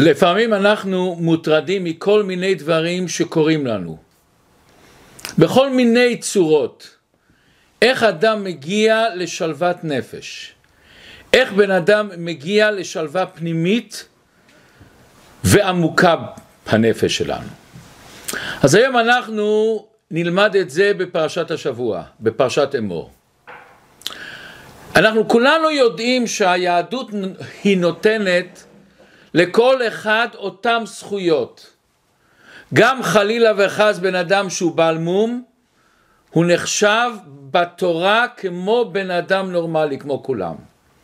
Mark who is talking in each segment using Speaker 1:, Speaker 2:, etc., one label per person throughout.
Speaker 1: לפעמים אנחנו מוטרדים מכל מיני דברים שקורים לנו, בכל מיני צורות. איך אדם מגיע לשלוות נפש? איך בן אדם מגיע לשלווה פנימית ועמוקה בנפש שלנו? אז היום אנחנו נלמד את זה בפרשת השבוע, בפרשת אמור. אנחנו כולנו יודעים שהיהדות היא נותנת לכל אחד אותם זכויות. גם חלילה וחס בן אדם שהוא בעל מום, הוא נחשב בתורה כמו בן אדם נורמלי, כמו כולם.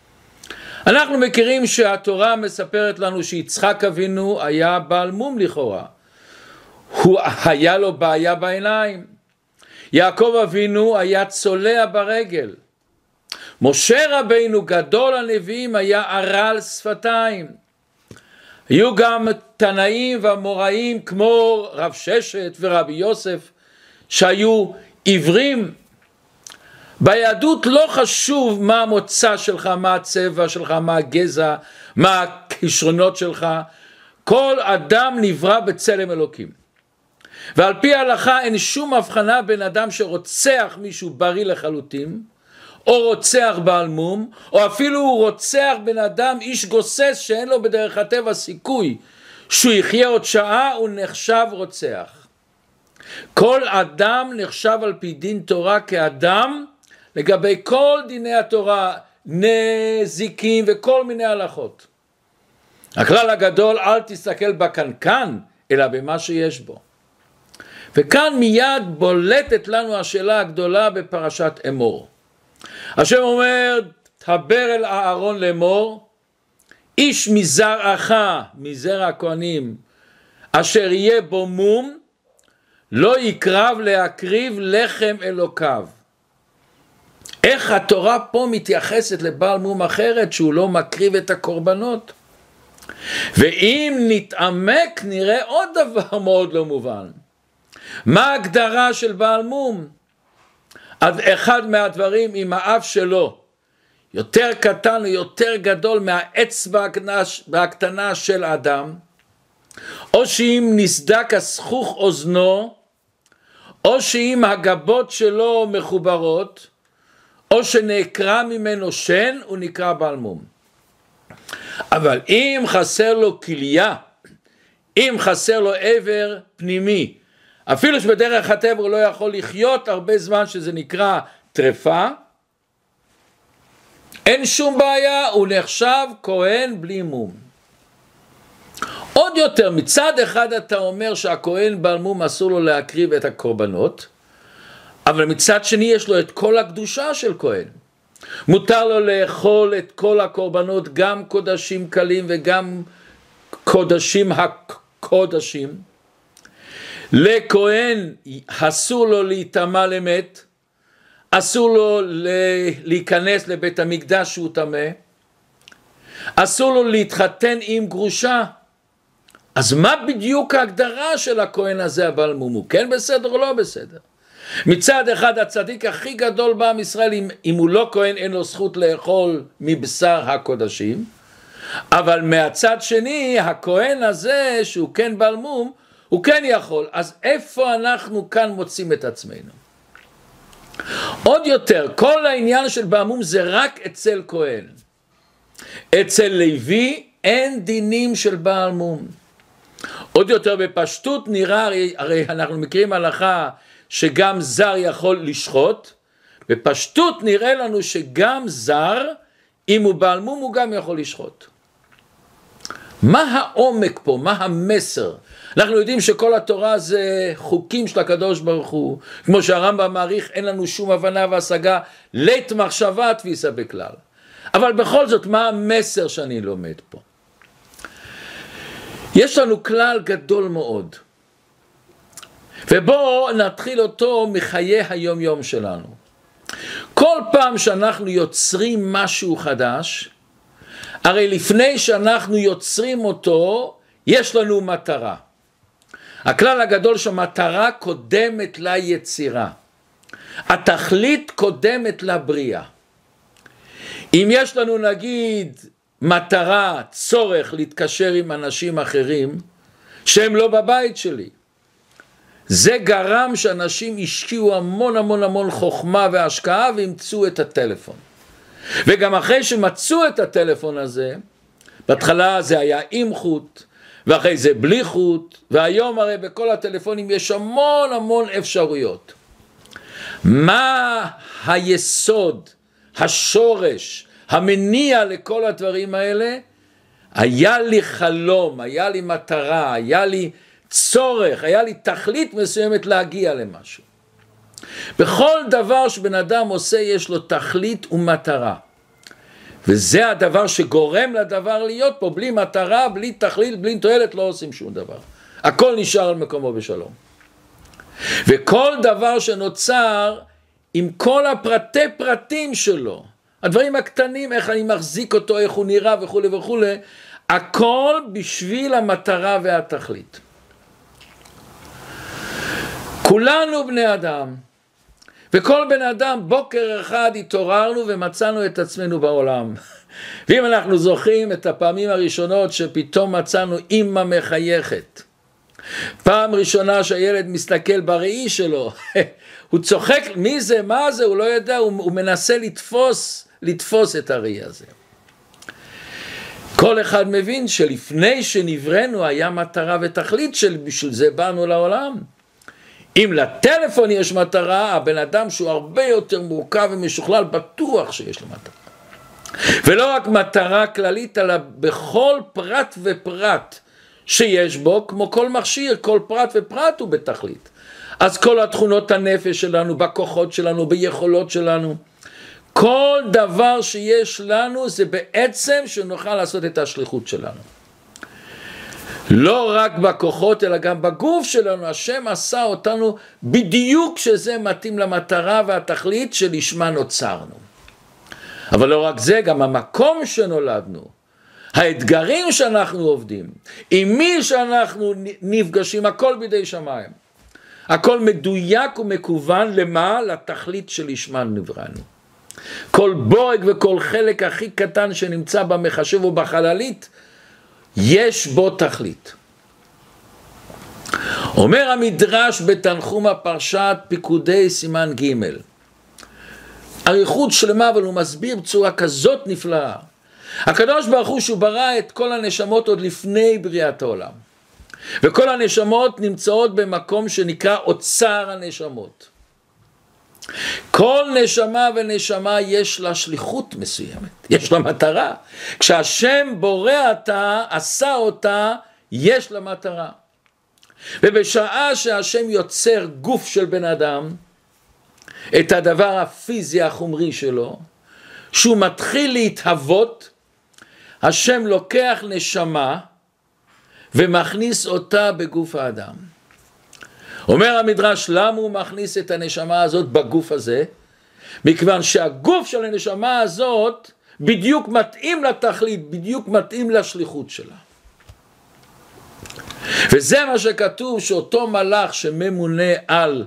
Speaker 1: אנחנו מכירים שהתורה מספרת לנו שיצחק אבינו היה בעל מום לכאורה. הוא היה לו בעיה בעיניים. יעקב אבינו היה צולע ברגל. משה רבינו גדול הנביאים היה ערל שפתיים. היו גם תנאים ואמוראים כמו רב ששת ורבי יוסף שהיו עיוורים. ביהדות לא חשוב מה המוצא שלך, מה הצבע שלך, מה הגזע, מה הכישרונות שלך. כל אדם נברא בצלם אלוקים. ועל פי ההלכה אין שום הבחנה בין אדם שרוצח מישהו בריא לחלוטין, או רוצח בעל מום, או אפילו הוא רוצח בן אדם איש גוסס שאין לו בדרך הטבע סיכוי שהוא יחיה עוד שעה, הוא נחשב רוצח. כל אדם נחשב על פי דין תורה כאדם לגבי כל דיני התורה, נזיקים וכל מיני הלכות. הכלל הגדול, אל תסתכל בקנקן אלא במה שיש בו. וכאן מיד בולטת לנו השאלה הגדולה בפרשת אמור. השם אומר, דבר אל אהרון לאמור, איש מזרעך, מזרע הכהנים, אשר יהיה בו מום, לא יקרב להקריב לחם אלוקיו. איך התורה פה מתייחסת לבעל מום אחרת שהוא לא מקריב את הקורבנות? ואם נתעמק נראה עוד דבר מאוד לא מובן. מה ההגדרה של בעל מום? אז אחד מהדברים עם האף שלו יותר קטן או יותר גדול מהאצבע הקטנה של אדם, או שאם נסדק הסחוך אוזנו, או שאם הגבות שלו מחוברות, או שנקרא ממנו שן, הוא נקרא בעל מום. אבל אם חסר לו כליה, אם חסר לו עבר פנימי, אפילו שבדרך הטבע הוא לא יכול לחיות הרבה זמן שזה נקרא טרפה, אין שום בעיה, הוא נחשב כהן בלי מום. עוד יותר, מצד אחד אתה אומר שהכהן בעל מום אסור לו להקריב את הקורבנות, אבל מצד שני יש לו את כל הקדושה של כהן. מותר לו לאכול את כל הקורבנות, גם קודשים קלים וגם קודשים הקודשים. לכהן אסור לו להיטמא למת, אסור לו להיכנס לבית המקדש שהוא טמא, אסור לו להתחתן עם גרושה. אז מה בדיוק ההגדרה של הכהן הזה הבעל מום? הוא כן בסדר או לא בסדר? מצד אחד הצדיק הכי גדול בעם ישראל, אם הוא לא כהן אין לו זכות לאכול מבשר הקודשים, אבל מהצד שני הכהן הזה שהוא כן בעל מום הוא כן יכול. אז איפה אנחנו כאן מוצאים את עצמנו? עוד יותר, כל העניין של בעל מום זה רק אצל כהן. אצל לוי אין דינים של בעל מום. עוד יותר בפשטות נראה, הרי אנחנו מכירים הלכה שגם זר יכול לשחוט, בפשטות נראה לנו שגם זר, אם הוא בעל מום הוא גם יכול לשחוט. מה העומק פה? מה המסר? אנחנו יודעים שכל התורה זה חוקים של הקדוש ברוך הוא, כמו שהרמב"ם מעריך, אין לנו שום הבנה והשגה, לית מחשבה תפיסה בכלל. אבל בכל זאת, מה המסר שאני לומד פה? יש לנו כלל גדול מאוד, ובואו נתחיל אותו מחיי היום יום שלנו. כל פעם שאנחנו יוצרים משהו חדש, הרי לפני שאנחנו יוצרים אותו, יש לנו מטרה. הכלל הגדול שהמטרה קודמת ליצירה. התכלית קודמת לבריאה. אם יש לנו נגיד מטרה, צורך להתקשר עם אנשים אחרים שהם לא בבית שלי. זה גרם שאנשים השקיעו המון המון המון חוכמה והשקעה וימצאו את הטלפון. וגם אחרי שמצאו את הטלפון הזה, בהתחלה זה היה עם חוט, ואחרי זה בלי חוט, והיום הרי בכל הטלפונים יש המון המון אפשרויות. מה היסוד, השורש, המניע לכל הדברים האלה? היה לי חלום, היה לי מטרה, היה לי צורך, היה לי תכלית מסוימת להגיע למשהו. בכל דבר שבן אדם עושה יש לו תכלית ומטרה. וזה הדבר שגורם לדבר להיות פה. בלי מטרה, בלי תכלית, בלי תועלת לא עושים שום דבר. הכל נשאר על מקומו בשלום. וכל דבר שנוצר עם כל הפרטי פרטים שלו, הדברים הקטנים, איך אני מחזיק אותו, איך הוא נראה וכו' וכו', הכל בשביל המטרה והתכלית. כולנו בני אדם, וכל בן אדם בוקר אחד התעוררנו ומצאנו את עצמנו בעולם. ואם אנחנו זוכרים את הפעמים הראשונות שפתאום מצאנו אמא מחייכת, פעם ראשונה שהילד מסתכל בראי שלו, הוא צוחק, מי זה, מה זה, הוא לא יודע, הוא מנסה לתפוס את הראי הזה. כל אחד מבין שלפני שנבראנו היה מטרה ותכלית בשביל זה באנו לעולם. אם לטלפון יש מטרה, הבן אדם שהוא הרבה יותר מורכב ומשוכלל, בטוח שיש לו מטרה. ולא רק מטרה כללית, אלא בכל פרט ופרט שיש בו, כמו כל מכשיר, כל פרט ופרט הוא בתכלית. אז כל התכונות הנפש שלנו, בכוחות שלנו, ביכולות שלנו, כל דבר שיש לנו זה בעצם שנוכל לעשות את השליחות שלנו. לא רק בכוחות אלא גם בגוף שלנו, השם עשה אותנו בדיוק שזה מתאים למטרה והתכלית שלשמה נוצרנו. אבל לא רק זה, גם המקום שנולדנו, האתגרים שאנחנו עובדים, עם מי שאנחנו נפגשים, הכל בידי שמיים. הכל מדויק ומכוון למה? לתכלית שלשמה נבראנו. כל בורג וכל חלק הכי קטן שנמצא במחשב או בחללית, יש בו תכלית. אומר המדרש בתנחום פרשת פיקודי סימן ג', אריכות שלמה, אבל הוא מסביר בצורה כזאת נפלאה. הקדוש ברוך הוא שהוא ברא את כל הנשמות עוד לפני בריאת העולם, וכל הנשמות נמצאות במקום שנקרא אוצר הנשמות. כל נשמה ונשמה יש לה שליחות מסוימת, יש לה מטרה. כשהשם בורא אותה, עשה אותה, יש לה מטרה. ובשעה שהשם יוצר גוף של בן אדם, את הדבר הפיזי החומרי שלו, שהוא מתחיל להתהוות, השם לוקח נשמה ומכניס אותה בגוף האדם. אומר המדרש, למה הוא מכניס את הנשמה הזאת בגוף הזה? מכיוון שהגוף של הנשמה הזאת בדיוק מתאים לתכלית, בדיוק מתאים לשליחות שלה. וזה מה שכתוב, שאותו מלאך שממונה על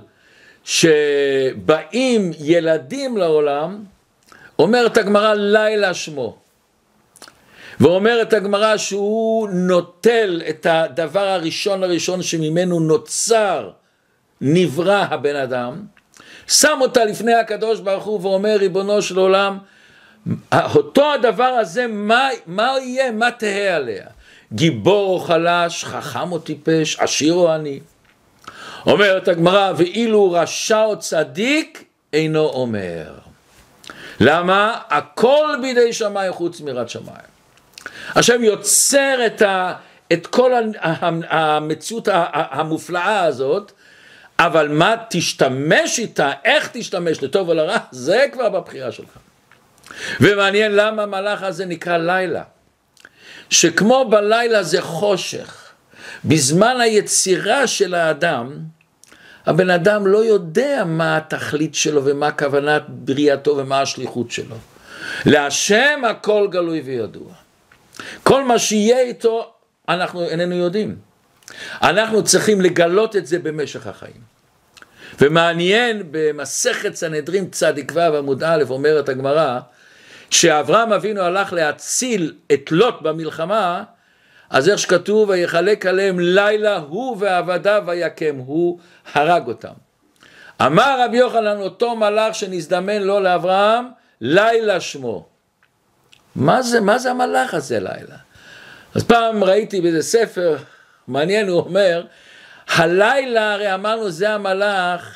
Speaker 1: שבאים ילדים לעולם, אומרת הגמרא לילה שמו. ואומרת הגמרא שהוא נוטל את הדבר הראשון שממנו נוצר, נברא הבן אדם, שם אותה לפני הקדוש ברוך הוא ואומר, ריבונו של עולם, אותו הדבר הזה, מה יהיה, מה תהיה עליה? גיבור או חלש, חכם או טיפש, עשיר או עני? אומרת הגמרא, ואילו רשע או צדיק אינו אומר. למה? הכל בידי שמיים חוץ מיראת שמיים. השם יוצר את כל המציאות המופלאה הזאת, אבל מה תשתמש איתה, איך תשתמש לטוב או לרע, זה כבר בבחירה שלך. ומעניין למה המלאך הזה נקרא לילה. שכמו בלילה זה חושך, בזמן היצירה של האדם, הבן אדם לא יודע מה התכלית שלו ומה כוונת בריאתו ומה השליחות שלו. להשם הכל גלוי וידוע. כל מה שיהיה איתו אנחנו איננו יודעים. אנחנו צריכים לגלות את זה במשך החיים. ומעניין במסכת סנהדרין צדיק ו' עמוד א' אומרת הגמרא, שאברהם אבינו הלך להציל את לוט במלחמה, אז איך שכתוב, ויחלק עליהם לילה הוא ועבדיו ויקם, הוא הרג אותם. אמר רבי יוחנן, אותו מלאך שנזדמן לו לאברהם, לילה שמו. מה זה המלאך הזה לילה? אז פעם ראיתי באיזה ספר מעניין, הוא אומר, הלילה הרי אמרנו זה המלאך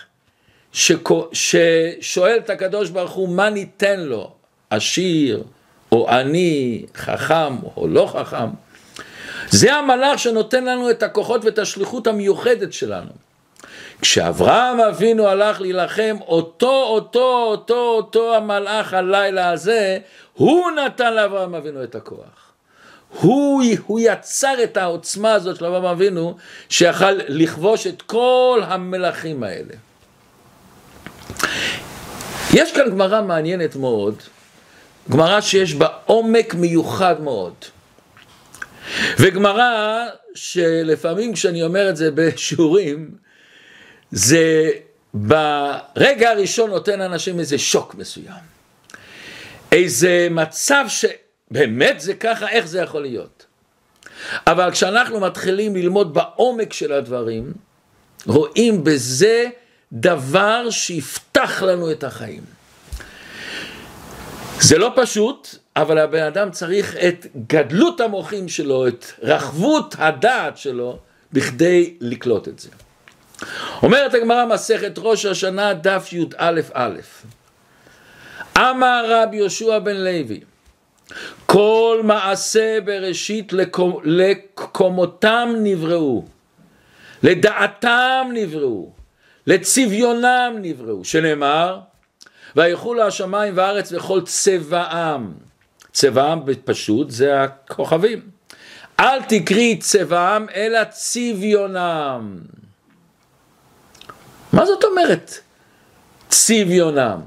Speaker 1: ששואל את הקדוש ברוך הוא מה ניתן לו, עשיר או עני, חכם או לא חכם. זה המלאך שנותן לנו את הכוחות ואת השליחות המיוחדת שלנו. כשאברהם אבינו הלך להילחם, אותו המלאך הלילה הזה, הוא נתן לאברהם אבינו את הכוח. הוא יצר את העוצמה הזאת של אברהם אבינו, שיכל לכבוש את כל המלאכים האלה. יש כאן גמרא מעניינת מאוד, גמרא שיש בה עומק מיוחד מאוד. וגמרא שלפעמים כשאני אומר את זה בשיעורים, זה ברגע הראשון נותן אנשים איזה שוק מסוים. איזה מצב שבאמת זה ככה, איך זה יכול להיות? אבל כשאנחנו מתחילים ללמוד בעומק של הדברים, רואים בזה דבר שיפתח לנו את החיים. זה לא פשוט, אבל הבן אדם צריך את גדלות המוחים שלו, את רחבות הדעת שלו, בכדי לקלוט את זה. אומרת הגמרא מסכת ראש השנה דף י"א א', אמר רבי יהושע בן לוי, כל מעשה בראשית לקומותם נבראו, לדעתם נבראו, לצביונם נבראו, שנאמר, ויחולו השמיים והארץ וכל צבעם. צבעם בפשוט זה הכוכבים. אל תקרי צבעם אלא צביונם. מה זאת אומרת? צביונם.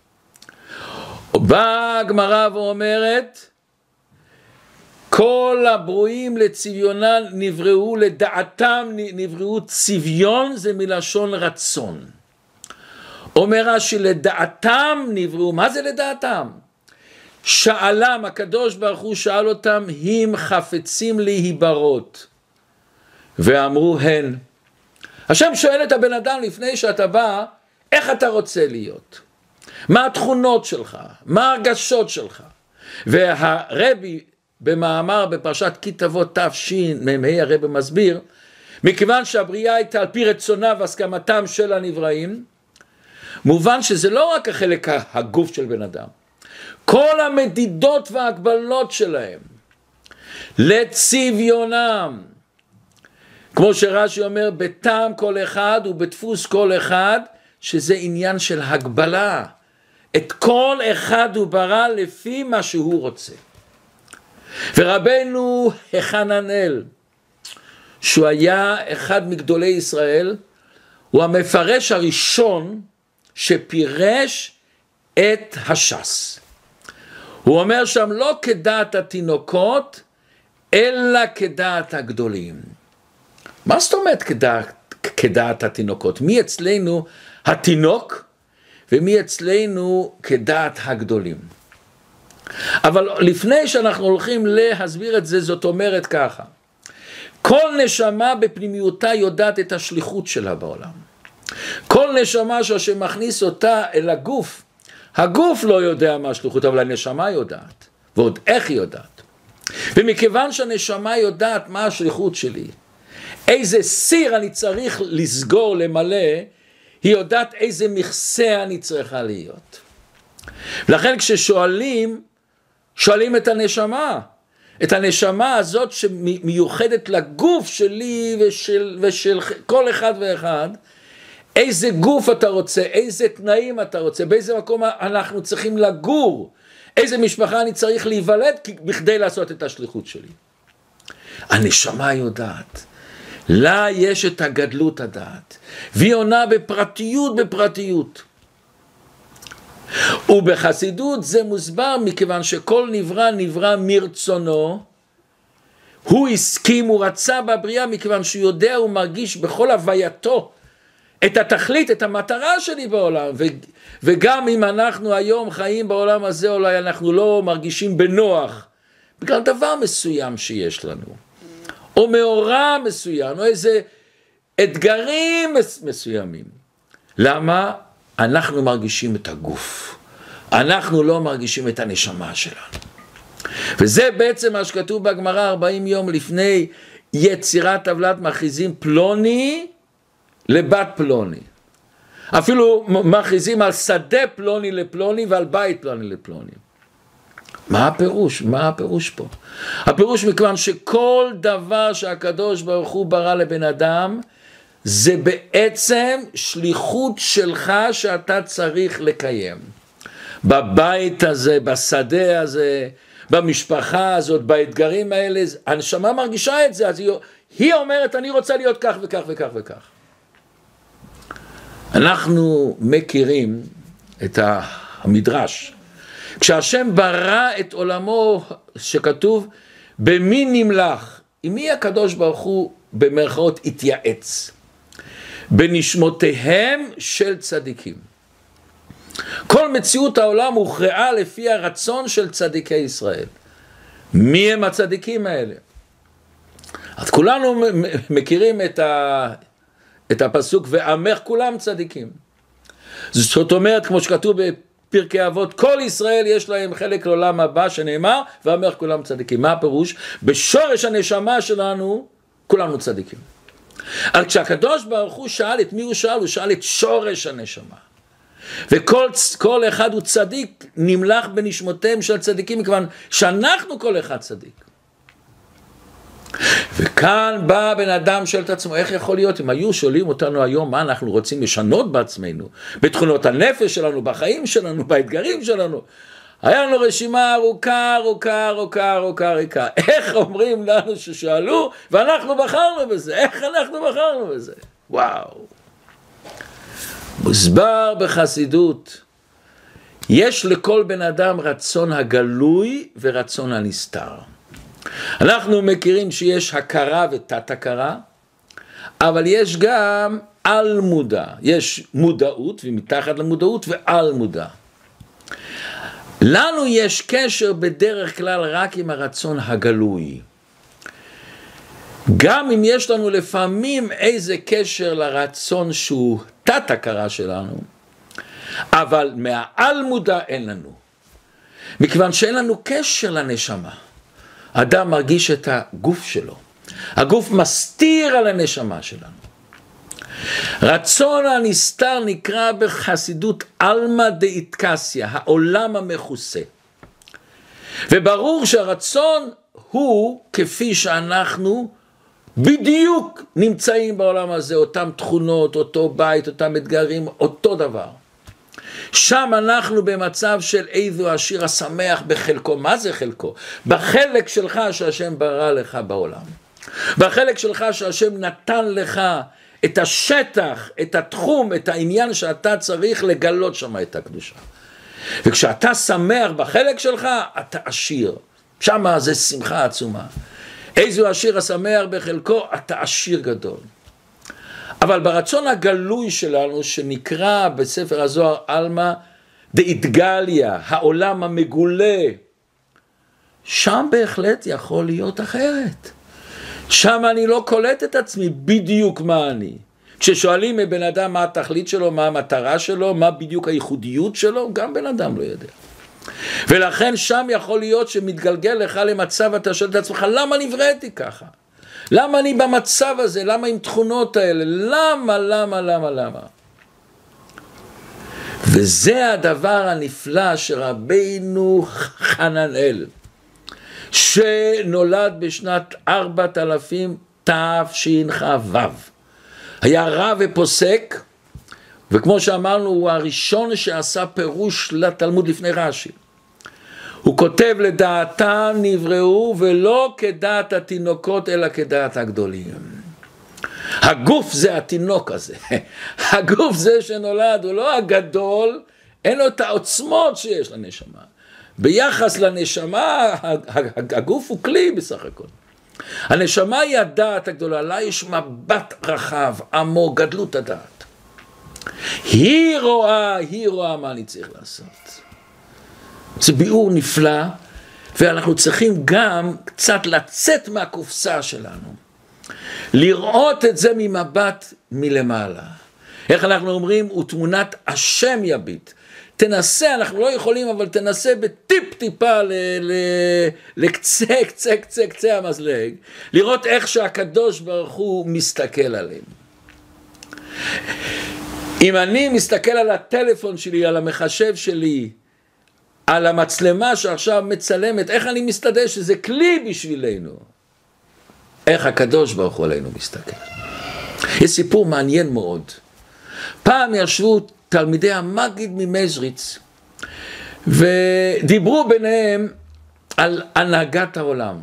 Speaker 1: באה הגמרא ואומרת, כל הברואים לצביונם נבראו, לדעתם נבראו. צביון זה מלשון רצון. אומר רש"י, לדעתם נבראו. מה זה לדעתם? שאלם, הקדוש ברוך הוא שאל אותם, הם חפצים להיברות, ואמרו הן. השם שואל את הבן אדם לפני שאתה בא, איך אתה רוצה להיות? מה התכונות שלך? מה ההרגשות שלך? והרבי במאמר בפרשת כי תבוא תשמ"ה, הרבי מסביר, מכיוון שהבריאה הייתה על פי רצונה והסכמתם של הנבראים, מובן שזה לא רק החלק הגוף של בן אדם, כל המדידות וההגבלות שלהם, לצביונם, כמו שרש"י אומר, בטעם כל אחד ובדפוס כל אחד, שזה עניין של הגבלה. את כל אחד הוא ברא לפי מה שהוא רוצה. ורבנו חננאל, שהוא היה אחד מגדולי ישראל, הוא המפרש הראשון שפירש את הש"ס. הוא אומר שם לא כדעת התינוקות, אלא כדעת הגדולים. מה זאת אומרת כדעת התינוקות? מי אצלנו התינוק ומי אצלנו כדעת הגדולים? אבל לפני שאנחנו הולכים להסביר את זה, זאת אומרת ככה, כל נשמה בפנימיותה יודעת את השליחות שלה בעולם. כל נשמה שמכניס אותה אל הגוף, הגוף לא יודע מה השליחות, אבל הנשמה יודעת, ועוד איך היא יודעת. ומכיוון שהנשמה יודעת מה השליחות שלי, איזה סיר אני צריך לסגור, למלא, היא יודעת איזה מכסה אני צריכה להיות. לכן כששואלים, שואלים את הנשמה, את הנשמה הזאת שמיוחדת לגוף שלי ושל כל אחד ואחד, איזה גוף אתה רוצה, איזה תנאים אתה רוצה, באיזה מקום אנחנו צריכים לגור, איזה משפחה אני צריך להיוולד בכדי לעשות את השליחות שלי. הנשמה יודעת, לה יש את הגדלות הדעת, והיא עונה בפרטיות. ובחסידות זה מוסבר מכיוון שכל נברא מרצונו, הוא הסכים, הוא רצה בבריאה מכיוון שהוא יודע, הוא מרגיש בכל הווייתו את התכלית, את המטרה שלי בעולם, וגם אם אנחנו היום חיים בעולם הזה, אולי אנחנו לא מרגישים בנוח, בגלל דבר מסוים שיש לנו, או מאורע מסוים, או איזה אתגרים מסוימים. למה? אנחנו מרגישים את הגוף, אנחנו לא מרגישים את הנשמה שלנו. וזה בעצם מה שכתוב בגמרא 40 יום לפני יצירת טבלת מכריזים פלוני לבת פלוני. אפילו מכריזים על שדה פלוני לפלוני ועל בית פלוני לפלוני. מה הפירוש? מה הפירוש פה? הפירוש מכיוון שכל דבר שהקדוש ברוך הוא ברא לבן אדם, זה בעצם שליחות שלך שאתה צריך לקיים. בבית הזה, בשדה הזה, במשפחה הזאת, באתגרים האלה, הנשמה מרגישה את זה, אז היא אומרת, אני רוצה להיות כך וכך וכך וכך. אנחנו מכירים את המדרש. כשהשם ברא את עולמו, שכתוב, במי נמלך, עם מי הקדוש ברוך הוא במרכאות התייעץ? בנשמותיהם של צדיקים. כל מציאות העולם הוכרעה לפי הרצון של צדיקי ישראל. מי הם הצדיקים האלה? אז כולנו מכירים את הפסוק, ועמך כולם צדיקים. זאת אומרת, כמו שכתוב בפרקי אבות, כל ישראל יש להם חלק לעולם הבא, שנאמר, ועמך כולם צדיקים. מה הפירוש? בשורש הנשמה שלנו, כולנו צדיקים. אז כשהקדוש ברוך הוא שאל את מי הוא שאל? הוא שאל את שורש הנשמה. וכל אחד הוא צדיק, נמלך בנשמותיהם של צדיקים, מכיוון שאנחנו כל אחד צדיק. וכאן בא בן אדם שואל את עצמו, איך יכול להיות, אם היו שואלים אותנו היום מה אנחנו רוצים לשנות בעצמנו, בתכונות הנפש שלנו, בחיים שלנו, באתגרים שלנו, היה לנו רשימה ארוכה, ארוכה, ארוכה, ארוכה, ארוכה. איך אומרים לנו ששאלו, ואנחנו בחרנו בזה, איך אנחנו בחרנו בזה? וואו. מוסבר בחסידות, יש לכל בן אדם רצון הגלוי ורצון הנסתר. אנחנו מכירים שיש הכרה ותת הכרה, אבל יש גם על מודע, יש מודעות ומתחת למודעות ועל מודע. לנו יש קשר בדרך כלל רק עם הרצון הגלוי. גם אם יש לנו לפעמים איזה קשר לרצון שהוא תת הכרה שלנו, אבל מהעל מודע אין לנו. מכיוון שאין לנו קשר לנשמה. אדם מרגיש את הגוף שלו. הגוף מסתיר על הנשמה שלנו. רצון הנסתר נקרא בחסידות אלמא דאיטקסיה, העולם המכוסה. וברור שהרצון הוא כפי שאנחנו בדיוק נמצאים בעולם הזה, אותם תכונות, אותו בית, אותם אתגרים, אותו דבר. שם אנחנו במצב של איזו השיר השמח בחלקו. מה זה חלקו? בחלק שלך שהשם ברא לך בעולם. בחלק שלך שהשם נתן לך את השטח, את התחום, את העניין שאתה צריך לגלות שם את הקדושה. וכשאתה שמח בחלק שלך, אתה עשיר. שם זה שמחה עצומה. איזו השיר השמח בחלקו, אתה עשיר גדול. אבל ברצון הגלוי שלנו, שנקרא בספר הזוהר אלמא דאיטגליה, העולם המגולה, שם בהחלט יכול להיות אחרת. שם אני לא קולט את עצמי בדיוק מה אני. כששואלים מבן אדם מה התכלית שלו, מה המטרה שלו, מה בדיוק הייחודיות שלו, גם בן אדם לא יודע. ולכן שם יכול להיות שמתגלגל לך למצב, אתה שואל את עצמך, למה נבראתי ככה? למה אני במצב הזה? למה עם תכונות האלה? למה? וזה הדבר הנפלא שרבינו חננאל, שנולד בשנת 4000 תשכ"ו, היה רב ופוסק, וכמו שאמרנו, הוא הראשון שעשה פירוש לתלמוד לפני רש"י. הוא כותב, לדעתם נבראו ולא כדעת התינוקות אלא כדעת הגדולים. הגוף זה התינוק הזה. הגוף זה שנולד, הוא לא הגדול, אין לו את העוצמות שיש לנשמה. ביחס לנשמה, הגוף הוא כלי בסך הכל. הנשמה היא הדעת הגדולה, לה יש מבט רחב, עמוק, גדלות הדעת. היא רואה מה אני צריך לעשות. זה ביאור נפלא, ואנחנו צריכים גם קצת לצאת מהקופסה שלנו. לראות את זה ממבט מלמעלה. איך אנחנו אומרים? ותמונת השם יביט. תנסה, אנחנו לא יכולים, אבל תנסה בטיפה לקצה המזלג, לראות איך שהקדוש ברוך הוא מסתכל עליהם. אם אני מסתכל על הטלפון שלי, על המחשב שלי, על המצלמה שעכשיו מצלמת, איך אני מסתדר שזה כלי בשבילנו? איך הקדוש ברוך הוא עלינו מסתכל. יש סיפור מעניין מאוד. פעם ישבו תלמידי המגיד ממזריץ, ודיברו ביניהם על הנהגת העולם.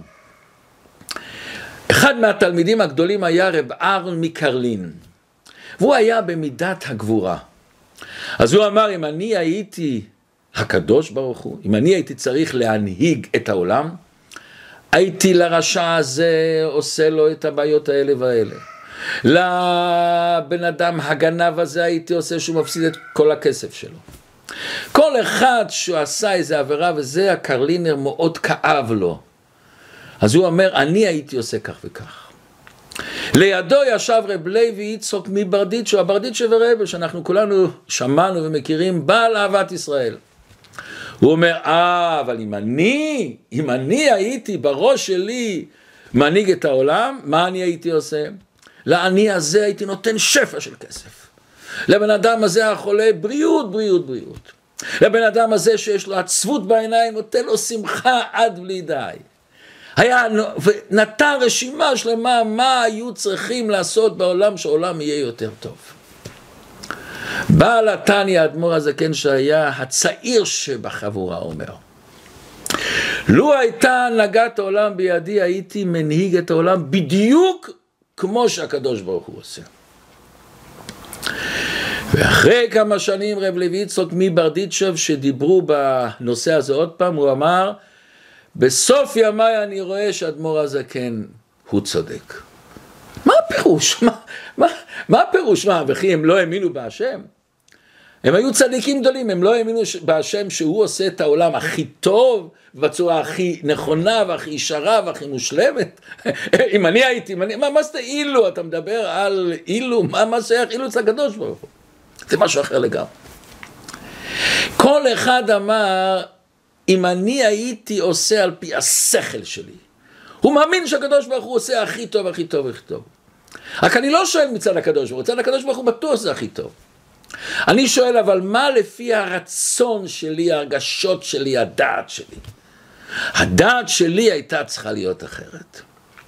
Speaker 1: אחד מהתלמידים הגדולים היה רב אהרון מקרלין, והוא היה במידת הגבורה. אז הוא אמר, אם אני הייתי הקדוש ברוך הוא, אם אני הייתי צריך להנהיג את העולם, הייתי לרשע הזה עושה לו את הבעיות האלה והאלה. לבן אדם הגנב הזה הייתי עושה שהוא מפסיד את כל הכסף שלו. כל אחד שהוא עשה איזה עבירה, וזה הקרלינר מאוד כאב לו. אז הוא אומר, אני הייתי עושה כך וכך. לידו ישב רב לוי יצחק מברדיצ'ו, הברדיצ'ו ורבו, שאנחנו כולנו שמענו ומכירים, בעל אהבת ישראל. הוא אומר, אבל אם אני הייתי בראש שלי מנהיג את העולם, מה אני הייתי עושה? לעני הזה הייתי נותן שפע של כסף. לבן אדם הזה החולה בריאות. לבן אדם הזה שיש לו עצבות בעיניים, נותן לו שמחה עד בלי די. ונתן רשימה שלמה מה היו צריכים לעשות בעולם, שהעולם יהיה יותר טוב. בעל התניא האדמו"ר הזקן שהיה הצעיר שבחבורה אומר, לו הייתה הנהגת העולם בידי, הייתי מנהיג את העולם בדיוק כמו שהקדוש ברוך הוא עושה. ואחרי כמה שנים רב לוי יצחק מברדיצ'ב שדיברו בנושא הזה עוד פעם, הוא אמר, בסוף ימיי אני רואה שהאדמו"ר הזקן הוא צודק. מה הפירוש? מה הפירוש? וכי הם לא האמינו בהשם? הם היו צדיקים גדולים, הם לא האמינו בהשם שהוא עושה את העולם הכי טוב, בצורה הכי נכונה והכי ישרה והכי מושלמת. אם אני הייתי, מה זה אילו? אתה מדבר על אילו, מה זה אילו אצל הקדוש ברוך הוא? זה משהו אחר לגמרי. כל אחד אמר, אם אני הייתי עושה על פי השכל שלי, הוא מאמין שהקדוש ברוך הוא עושה הכי טוב. רק אני לא שואל מצד הקדוש ברוך הוא, מצד הקדוש ברוך הוא בטוח זה הכי טוב. אני שואל, אבל מה לפי הרצון שלי, הרגשות שלי, הדעת שלי? הדעת שלי הייתה צריכה להיות אחרת.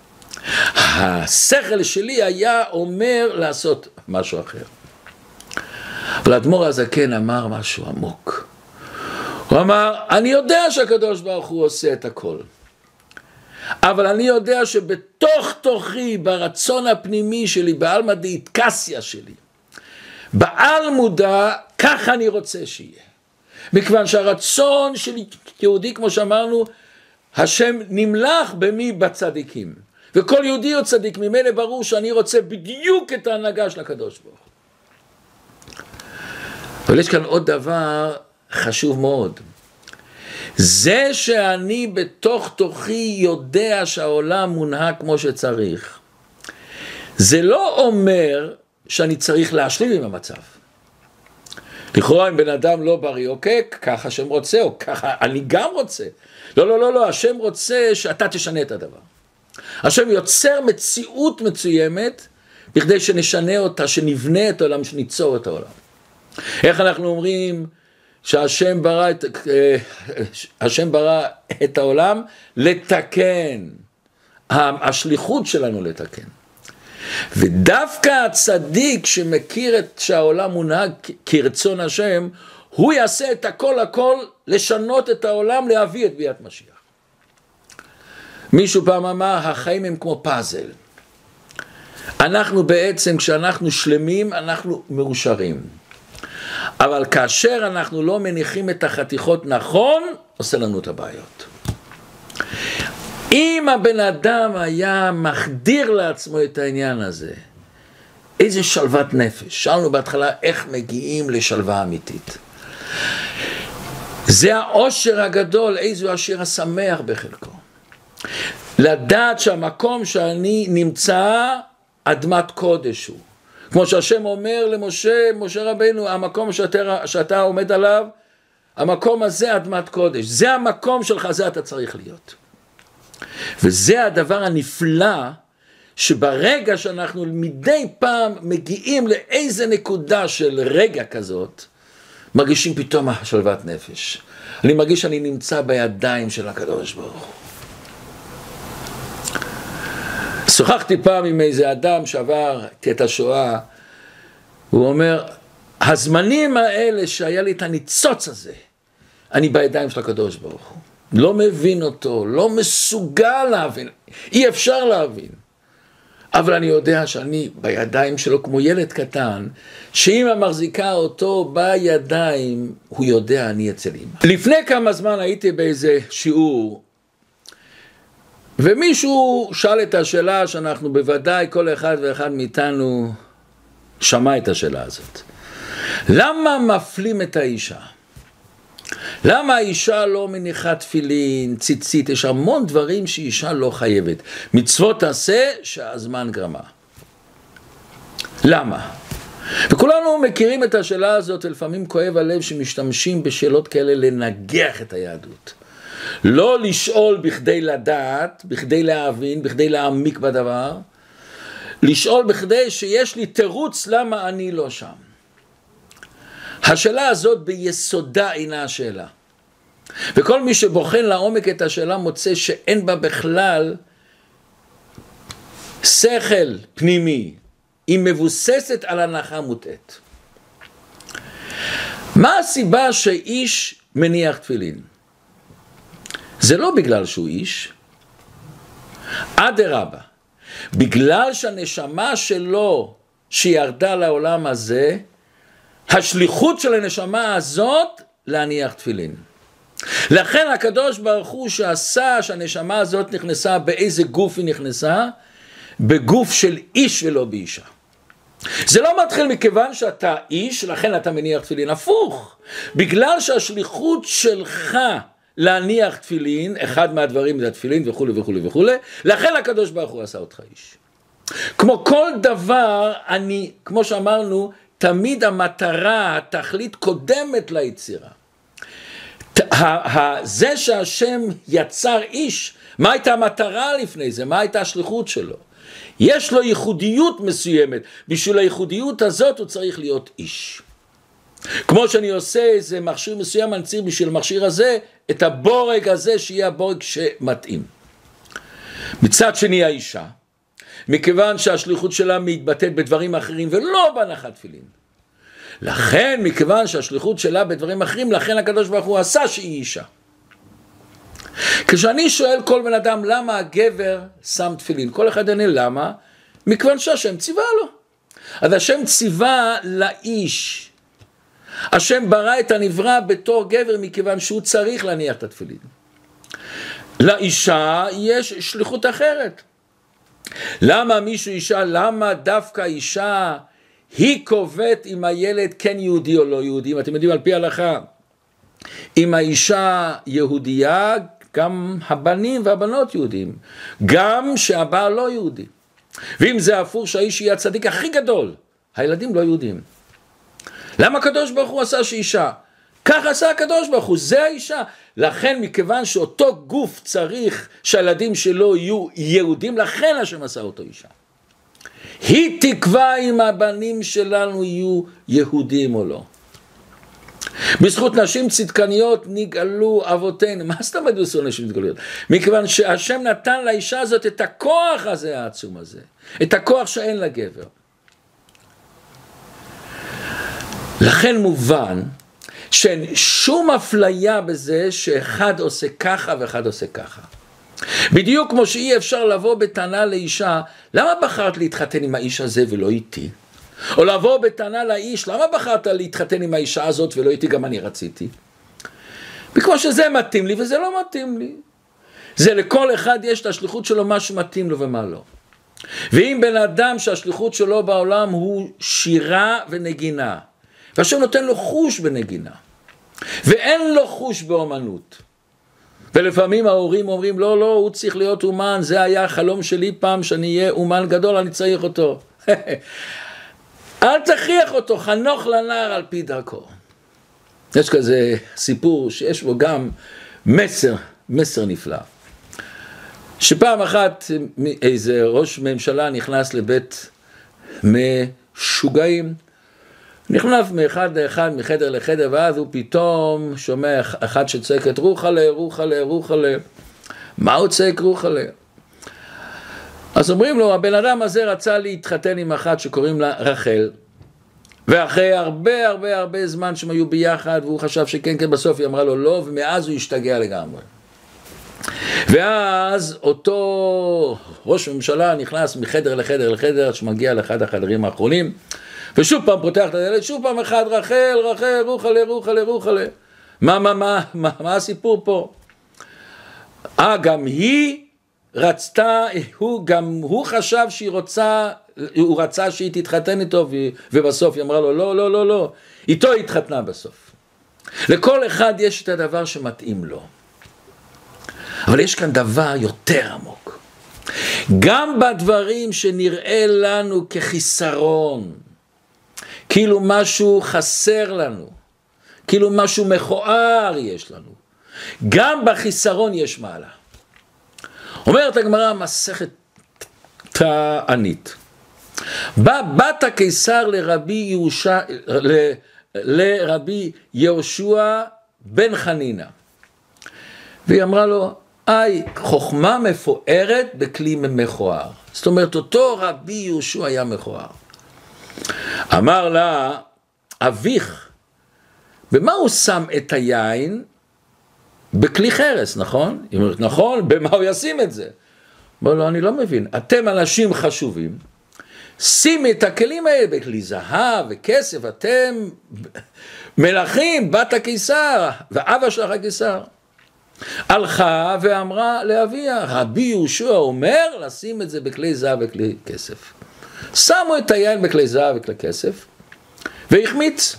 Speaker 1: השכל שלי היה אומר לעשות משהו אחר. אבל האדמו"ר הזקן אמר משהו עמוק. הוא אמר, אני יודע שהקדוש ברוך הוא עושה את הכל. אבל אני יודע שבתוך תוכי, ברצון הפנימי שלי, בעלמא דאיטקסיה שלי, בעל מודע, ככה אני רוצה שיהיה. מכיוון שהרצון שלי יהודי, כמו שאמרנו, השם נמלך במי בצדיקים. וכל יהודי הוא צדיק, ממילא ברור שאני רוצה בדיוק את ההנהגה של הקדוש ברוך הוא. אבל יש כאן עוד דבר חשוב מאוד. זה שאני בתוך תוכי יודע שהעולם מונהג כמו שצריך, זה לא אומר שאני צריך להשלים עם המצב. לכאורה אם בן אדם לא בריא, אוקיי, ככה השם רוצה, או ככה אני גם רוצה. לא, השם רוצה שאתה תשנה את הדבר. השם יוצר מציאות מסוימת, בכדי שנשנה אותה, שנבנה את העולם, שניצור את העולם. איך אנחנו אומרים שהשם ברא את העולם לתקן, השליחות שלנו לתקן. ודווקא הצדיק שמכיר את שהעולם מונהג כרצון השם, הוא יעשה את הכל לשנות את העולם, להביא את ביאת משיח. מישהו פעם אמר, החיים הם כמו פאזל. אנחנו בעצם, כשאנחנו שלמים, אנחנו מאושרים. אבל כאשר אנחנו לא מניחים את החתיכות נכון, עושה לנו את הבעיות. אם הבן אדם היה מחדיר לעצמו את העניין הזה, איזה שלוות נפש. שאלנו בהתחלה איך מגיעים לשלווה אמיתית. זה העושר הגדול, איזה השיר השמח בחלקו. לדעת שהמקום שאני נמצא, אדמת קודש הוא. כמו שהשם אומר למשה, משה רבינו, המקום שאתה עומד עליו, המקום הזה אדמת קודש. זה המקום שלך, זה אתה צריך להיות. וזה הדבר הנפלא, שברגע שאנחנו מדי פעם מגיעים לאיזה נקודה של רגע כזאת, מרגישים פתאום שלוות נפש. אני מרגיש שאני נמצא בידיים של הקדוש ברוך הוא. שוחחתי פעם עם איזה אדם שעבר את השואה, הוא אומר, הזמנים האלה שהיה לי את הניצוץ הזה, אני בידיים של הקדוש ברוך הוא. לא מבין אותו, לא מסוגל להבין, אי אפשר להבין. אבל אני יודע שאני בידיים שלו כמו ילד קטן, שאמא מחזיקה אותו בידיים, הוא יודע אני אצל אמא. לפני כמה זמן הייתי באיזה שיעור, ומישהו שאל את השאלה שאנחנו בוודאי כל אחד ואחד מאיתנו שמע את השאלה הזאת. למה מפלים את האישה? למה האישה לא מניחה תפילין, ציצית? יש המון דברים שאישה לא חייבת. מצוות תעשה שהזמן גרמה. למה? וכולנו מכירים את השאלה הזאת, ולפעמים כואב הלב שמשתמשים בשאלות כאלה לנגח את היהדות. לא לשאול בכדי לדעת, בכדי להבין, בכדי להעמיק בדבר, לשאול בכדי שיש לי תירוץ למה אני לא שם. השאלה הזאת ביסודה אינה השאלה. וכל מי שבוחן לעומק את השאלה מוצא שאין בה בכלל שכל פנימי, היא מבוססת על הנחה מוטעת. מה הסיבה שאיש מניח תפילין? זה לא בגלל שהוא איש, אדרבה, בגלל שהנשמה שלו שירדה לעולם הזה, השליחות של הנשמה הזאת להניח תפילין. לכן הקדוש ברוך הוא שעשה שהנשמה הזאת נכנסה, באיזה גוף היא נכנסה? בגוף של איש ולא באישה. זה לא מתחיל מכיוון שאתה איש, לכן אתה מניח תפילין. הפוך, בגלל שהשליחות שלך להניח תפילין, אחד מהדברים זה התפילין וכו' וכו' וכו', לכן הקדוש ברוך הוא עשה אותך איש. כמו כל דבר, כמו שאמרנו, תמיד המטרה, התכלית קודמת ליצירה. זה שהשם יצר איש, מה הייתה המטרה לפני זה? מה הייתה השליחות שלו? יש לו ייחודיות מסוימת, בשביל הייחודיות הזאת הוא צריך להיות איש. כמו שאני עושה איזה מכשיר מסוים, אני צריך בשביל המכשיר הזה, את הבורג הזה שיהיה הבורג שמתאים. מצד שני האישה, מכיוון שהשליחות שלה מתבטאת בדברים אחרים ולא בהנחת תפילין. לכן, מכיוון שהשליחות שלה בדברים אחרים, לכן הקדוש ברוך הוא עשה שהיא אישה. כשאני שואל כל בן אדם למה הגבר שם תפילין, כל אחד עונה למה? מכיוון שהשם ציווה לו. אז השם ציווה לאיש. השם ברא את הנברא בתור גבר מכיוון שהוא צריך להניח את התפילין. לאישה יש שליחות אחרת. למה מישהו אישה, למה דווקא אישה היא קובעת אם הילד כן יהודי או לא יהודי? אתם יודעים על פי ההלכה, אם האישה יהודייה, גם הבנים והבנות יהודים, גם שהבעל לא יהודי. ואם זה הפוך שהאיש יהיה הצדיק הכי גדול, הילדים לא יהודים. למה הקדוש ברוך הוא עשה שאישה? כך עשה הקדוש ברוך הוא, זה האישה. לכן מכיוון שאותו גוף צריך שהילדים שלו יהיו יהודים, לכן השם עשה אותו אישה. היא תקבע אם הבנים שלנו יהיו יהודים או לא. בזכות נשים צדקניות נגאלו אבותינו. מה זאת אומרת בזכות נשים צדקניות? מכיוון שהשם נתן לאישה הזאת את הכוח הזה העצום הזה, את הכוח שאין לגבר. לכן מובן שאין שום אפליה בזה שאחד עושה ככה ואחד עושה ככה. בדיוק כמו שאי אפשר לבוא בטענה לאישה, למה בחרת להתחתן עם האיש הזה ולא איתי? או לבוא בטענה לאיש, למה בחרת להתחתן עם האישה הזאת ולא איתי, גם אני רציתי? וכמו שזה מתאים לי וזה לא מתאים לי. זה לכל אחד יש את השליחות שלו מה שמתאים לו ומה לא. ואם בן אדם שהשליחות שלו בעולם הוא שירה ונגינה, והשם נותן לו חוש בנגינה, ואין לו חוש באומנות, ולפעמים ההורים אומרים, לא, לא, הוא צריך להיות אומן, זה היה החלום שלי פעם, שאני אהיה אומן גדול, אני צריך אותו. אל תכריח אותו, חנוך לנער על פי דרכו. יש כזה סיפור שיש בו גם מסר נפלא. שפעם אחת איזה ראש ממשלה נכנס לבית משוגעים, נכנס מאחד לאחד, מחדר לחדר, ואז הוא פתאום שומע אחד שצועקת, רוחלה, רוחלה, רוחלה. מה הוא צועק רוחלה? אז אומרים לו, הבן אדם הזה רצה להתחתן עם אחת שקוראים לה רחל, ואחרי הרבה זמן שהם היו ביחד, והוא חשב שכן, כן, בסוף היא אמרה לו לא, ומאז הוא השתגע לגמרי. ואז אותו ראש ממשלה נכנס מחדר לחדר לחדר, שמגיע לאחד החדרים האחרונים, ושוב פעם פותח את הדלת, שוב פעם אחד, רחל, רחל, רוחלה, רוחלה, רוחלה. מה הסיפור פה? גם היא רצתה, הוא חשב שהיא רוצה, הוא רצה שהיא תתחתן איתו, ובסוף היא אמרה לו, לא, לא, לא, לא. איתו היא התחתנה בסוף. לכל אחד יש את הדבר שמתאים לו. אבל יש כאן דבר יותר עמוק. גם בדברים שנראה לנו כחיסרון, כאילו משהו חסר לנו, כאילו משהו מכוער יש לנו, גם בחיסרון יש מעלה. אומרת הגמרא מסכת תענית, בא בת הקיסר לרבי יהושע בן חנינה, והיא אמרה לו, חוכמה מפוארת בכלי מכוער. זאת אומרת, אותו רבי יהושע היה מכוער. אמר לה, אביך, במה הוא שם את היין? בכלי חרס, נכון? היא אומרת, נכון, במה הוא ישים את זה? אמר לו, אני לא מבין, אתם אנשים חשובים, שימי את הכלים האלה בכלי זהב וכסף, אתם מלכים, בת הקיסר, ואבא שלך הקיסר. הלכה ואמרה לאביה, רבי יהושע אומר לשים את זה בכלי זהב וכלי כסף. שמו את היין בכלי זהב וכלי כסף, והחמיץ.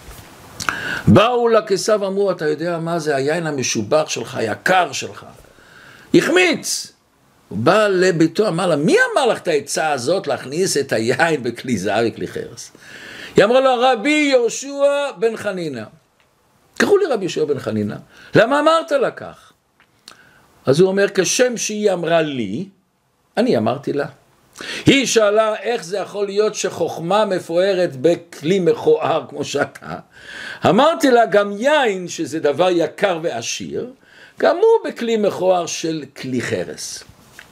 Speaker 1: באו לקיסר ואמרו, אתה יודע מה זה היין המשובח שלך, היקר שלך. החמיץ. הוא בא לביתו, אמר לה, מי אמר לך את העצה הזאת להכניס את היין בכלי זהב וכלי חרס? היא אמרה לו, רבי יהושע בן חנינה. קראו לי רבי יהושע בן חנינה. למה אמרת לה כך? אז הוא אומר, כשם שהיא אמרה לי, אני אמרתי לה. היא שאלה איך זה יכול להיות שחוכמה מפוארת בכלי מכוער כמו שאתה. אמרתי לה, גם יין שזה דבר יקר ועשיר, גם הוא בכלי מכוער של כלי חרס.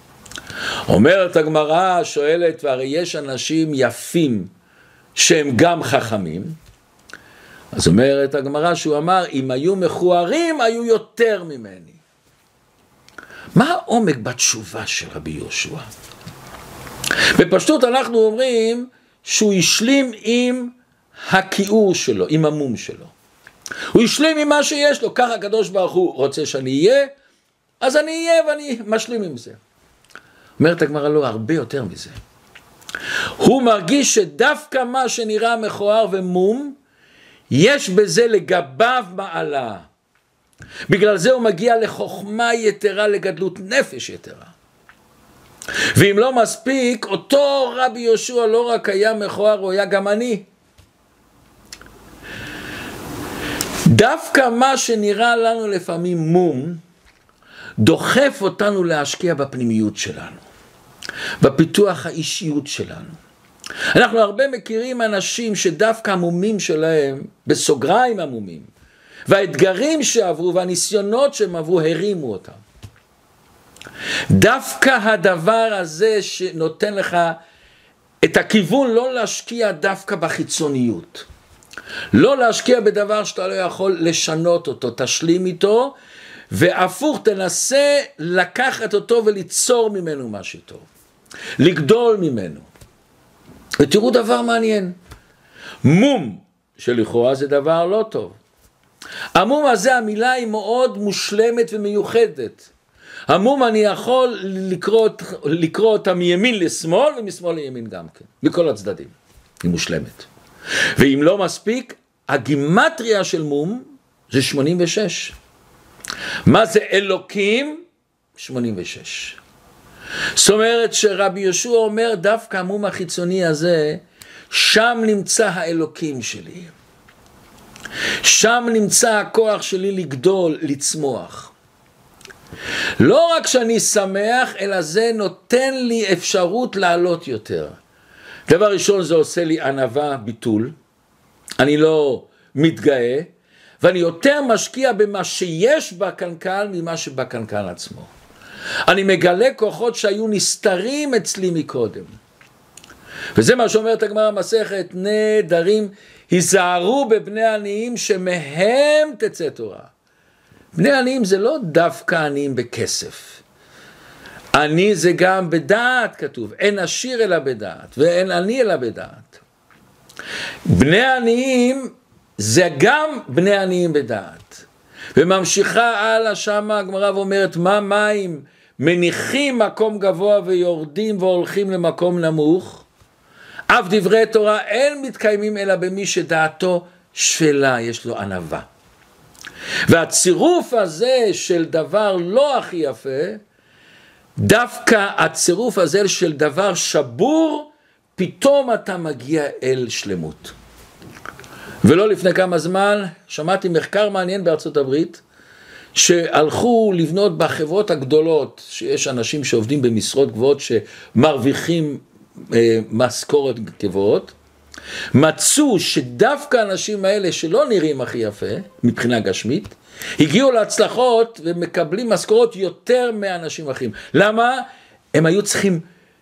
Speaker 1: אומרת הגמרא, שואלת, והרי יש אנשים יפים שהם גם חכמים. אז אומרת הגמרא שהוא אמר, אם היו מכוערים, היו יותר ממני. מה העומק בתשובה של רבי יהושע? בפשטות אנחנו אומרים שהוא השלים עם הכיעור שלו, עם המום שלו. הוא השלים עם מה שיש לו, ככה הקדוש ברוך הוא רוצה שאני אהיה, אז אני אהיה ואני משלים עם זה. אומרת הגמרא לא, הרבה יותר מזה. הוא מרגיש שדווקא מה שנראה מכוער ומום, יש בזה לגביו מעלה. בגלל זה הוא מגיע לחוכמה יתרה, לגדלות נפש יתרה. ואם לא מספיק, אותו רבי יהושע לא רק היה מכוער, הוא היה גם אני. דווקא מה שנראה לנו לפעמים מום, דוחף אותנו להשקיע בפנימיות שלנו, בפיתוח האישיות שלנו. אנחנו הרבה מכירים אנשים שדווקא המומים שלהם, בסוגריים המומים, והאתגרים שעברו והניסיונות שהם עברו הרימו אותם. דווקא הדבר הזה שנותן לך את הכיוון לא להשקיע דווקא בחיצוניות. לא להשקיע בדבר שאתה לא יכול לשנות אותו, תשלים איתו, והפוך תנסה לקחת אותו וליצור ממנו משהו טוב. לגדול ממנו. ותראו דבר מעניין. מום שלכאורה זה דבר לא טוב. המום הזה, המילה היא מאוד מושלמת ומיוחדת. המום אני יכול לקרוא אותה מימין לשמאל ומשמאל לימין גם כן, מכל הצדדים, היא מושלמת. ואם לא מספיק, הגימטריה של מום זה 86. מה זה אלוקים? 86. זאת אומרת שרבי יהושע אומר דווקא המום החיצוני הזה, שם נמצא האלוקים שלי. שם נמצא הכוח שלי לגדול, לצמוח. לא רק שאני שמח, אלא זה נותן לי אפשרות לעלות יותר. דבר ראשון, זה עושה לי ענווה, ביטול. אני לא מתגאה, ואני יותר משקיע במה שיש בקנקן ממה שבקנקן עצמו. אני מגלה כוחות שהיו נסתרים אצלי מקודם. וזה מה שאומרת הגמרא מסכת נדרים, היזהרו בבני עניים שמהם תצא תורה. בני עניים זה לא דווקא עניים בכסף. עני זה גם בדעת כתוב, אין עשיר אלא בדעת, ואין עני אלא בדעת. בני עניים זה גם בני עניים בדעת. וממשיכה הלאה שמה הגמרא ואומרת, מה מים מניחים מקום גבוה ויורדים והולכים למקום נמוך? אף דברי תורה אין מתקיימים אלא במי שדעתו שפלה, יש לו ענווה. והצירוף הזה של דבר לא הכי יפה, דווקא הצירוף הזה של דבר שבור, פתאום אתה מגיע אל שלמות. ולא לפני כמה זמן שמעתי מחקר מעניין בארצות הברית, שהלכו לבנות בחברות הגדולות, שיש אנשים שעובדים במשרות גבוהות שמרוויחים משכורת גבוהות, מצאו שדווקא האנשים האלה שלא נראים הכי יפה מבחינה גשמית, הגיעו להצלחות ומקבלים משכורות יותר מאנשים אחרים. למה? הם היו צריכים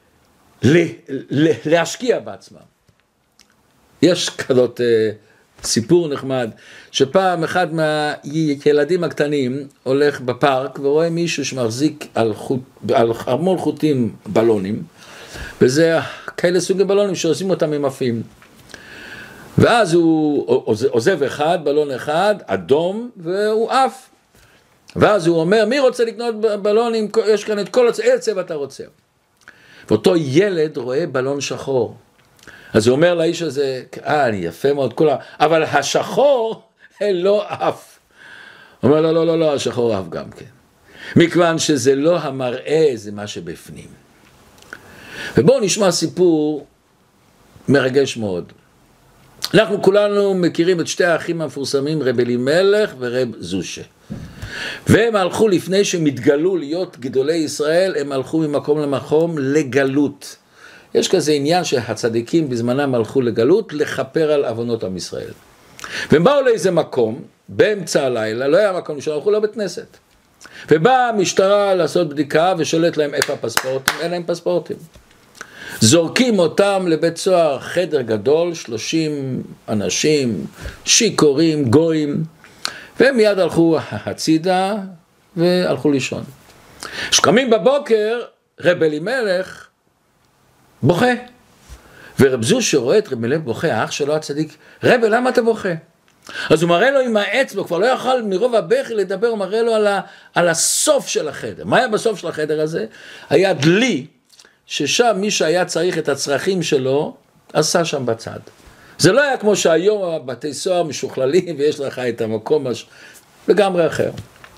Speaker 1: להשקיע בעצמם. יש כזאת סיפור נחמד, שפעם אחד מהילדים הקטנים הולך בפארק ורואה מישהו שמחזיק על המון חוטים בלונים, וזה כאלה סוגי בלונים שעושים אותם עם אפים. ואז הוא עוזב אחד, בלון אחד, אדום, והוא עף. ואז הוא אומר, מי רוצה לקנות בלונים? יש כאן את כל הצבע אתה רוצה. ואותו ילד רואה בלון שחור. אז הוא אומר לאיש הזה, אני יפה מאוד, אבל השחור לא עף. הוא אומר, לא, השחור עף גם כן. מכיוון שזה לא המראה, זה מה שבפנים. ובואו נשמע סיפור מרגש מאוד. אנחנו כולנו מכירים את שתי האחים המפורסמים, רב אלימלך ורב זושה. והם הלכו לפני שהם התגלו להיות גדולי ישראל, הם הלכו ממקום למקום לגלות. יש כזה עניין שהצדיקים בזמנם הלכו לגלות לכפר על עוונות עם ישראל. והם באו לאיזה מקום, באמצע הלילה, לא היה מקום לשאול, הלכו לבית כנסת. ובאה המשטרה לעשות בדיקה ושואלת להם איפה הפספורטים, אין להם פספורטים. זורקים אותם לבית סוהר, חדר גדול, 30 אנשים, שיקורים, גויים, והם מיד הלכו הצידה והלכו לישון. שקמים בבוקר, רב אלימלך בוכה. ורב זושה רואה את רב אלימלך בוכה, האח שלו הצדיק, רב, למה אתה בוכה? אז הוא מראה לו עם האצבע, כבר לא יכול מרוב הבכי לדבר, הוא מראה לו על הסוף של החדר. מה היה בסוף של החדר הזה? היה דלי, ששם מי שהיה צריך את הצרכים שלו, עשה שם בצד. זה לא היה כמו שהיום בתי סוהר משוכללים, ויש לך את המקום לגמרי אחר.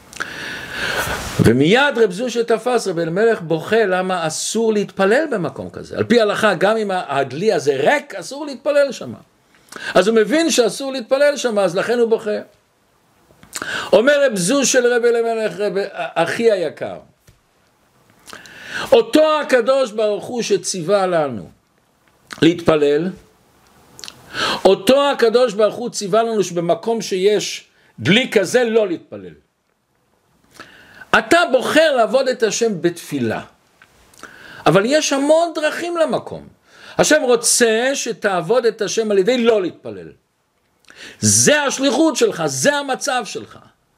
Speaker 1: ומיד רב זושה תפס, רב אלימלך בוכה למה אסור להתפלל במקום כזה. על פי ההלכה, גם אם הדלי הזה ריק, אסור להתפלל שם. אז הוא מבין שאסור להתפלל שם, אז לכן הוא בוכה. אומר רב זושה לרב אלימלך, אחי היקר, אותו הקדוש ברוך הוא שציווה לנו להתפלל, אותו הקדוש ברוך הוא ציווה לנו שבמקום שיש דלי כזה לא להתפלל. אתה בוחר לעבוד את השם בתפילה, אבל יש המון דרכים למקום. השם רוצה שתעבוד את השם על ידי לא להתפלל. זה השליחות שלך, זה המצב שלך.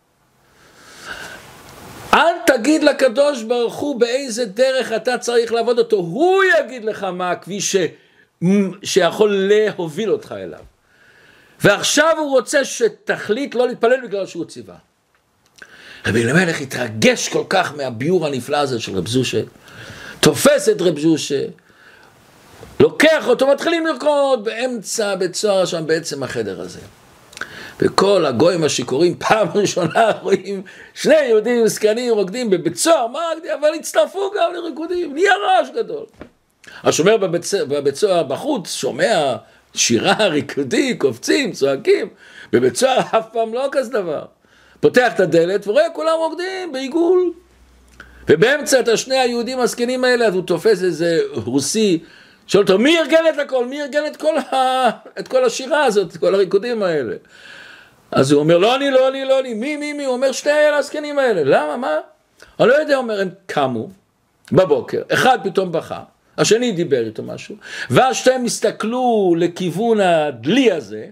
Speaker 1: אל תגיד לקדוש ברוך הוא באיזה דרך אתה צריך לעבוד אותו, הוא יגיד לך מה הכביש שיכול להוביל אותך אליו. ועכשיו הוא רוצה שתחליט לא להתפלל בגלל שהוא ציווה. רבי אלימלך התרגש כל כך מהביור הנפלא הזה של רב זושה, תופס את רב זושה, לוקח אותו, מתחילים לרקוד באמצע בית סוהר שם בעצם החדר הזה. וכל הגויים השיכורים פעם ראשונה רואים שני יהודים מסכנים רוקדים בבית סוהר, אבל הצטרפו גם לריקודים, נהיה רעש גדול. השומר בבית סוהר בחוץ שומע שירה, ריקודי, קופצים, צועקים, בבית סוהר אף פעם לא כזה דבר. פותח את הדלת ורואה כולם רוקדים בעיגול. ובאמצע את השני היהודים הזקנים האלה, אז הוא תופס איזה רוסי, שואל אותו, מי ארגן את הכל? מי ארגן את כל השירה הזאת, את כל הריקודים האלה? אז הוא אומר, לא אני, מי? הוא אומר, שתי הזקנים האלה. למה, מה? אני לא יודע, אומר, הם קמו בבוקר, אחד פתאום בכה, השני דיבר איתו משהו, ואז שתיהם הסתכלו לכיוון הדלי הזה,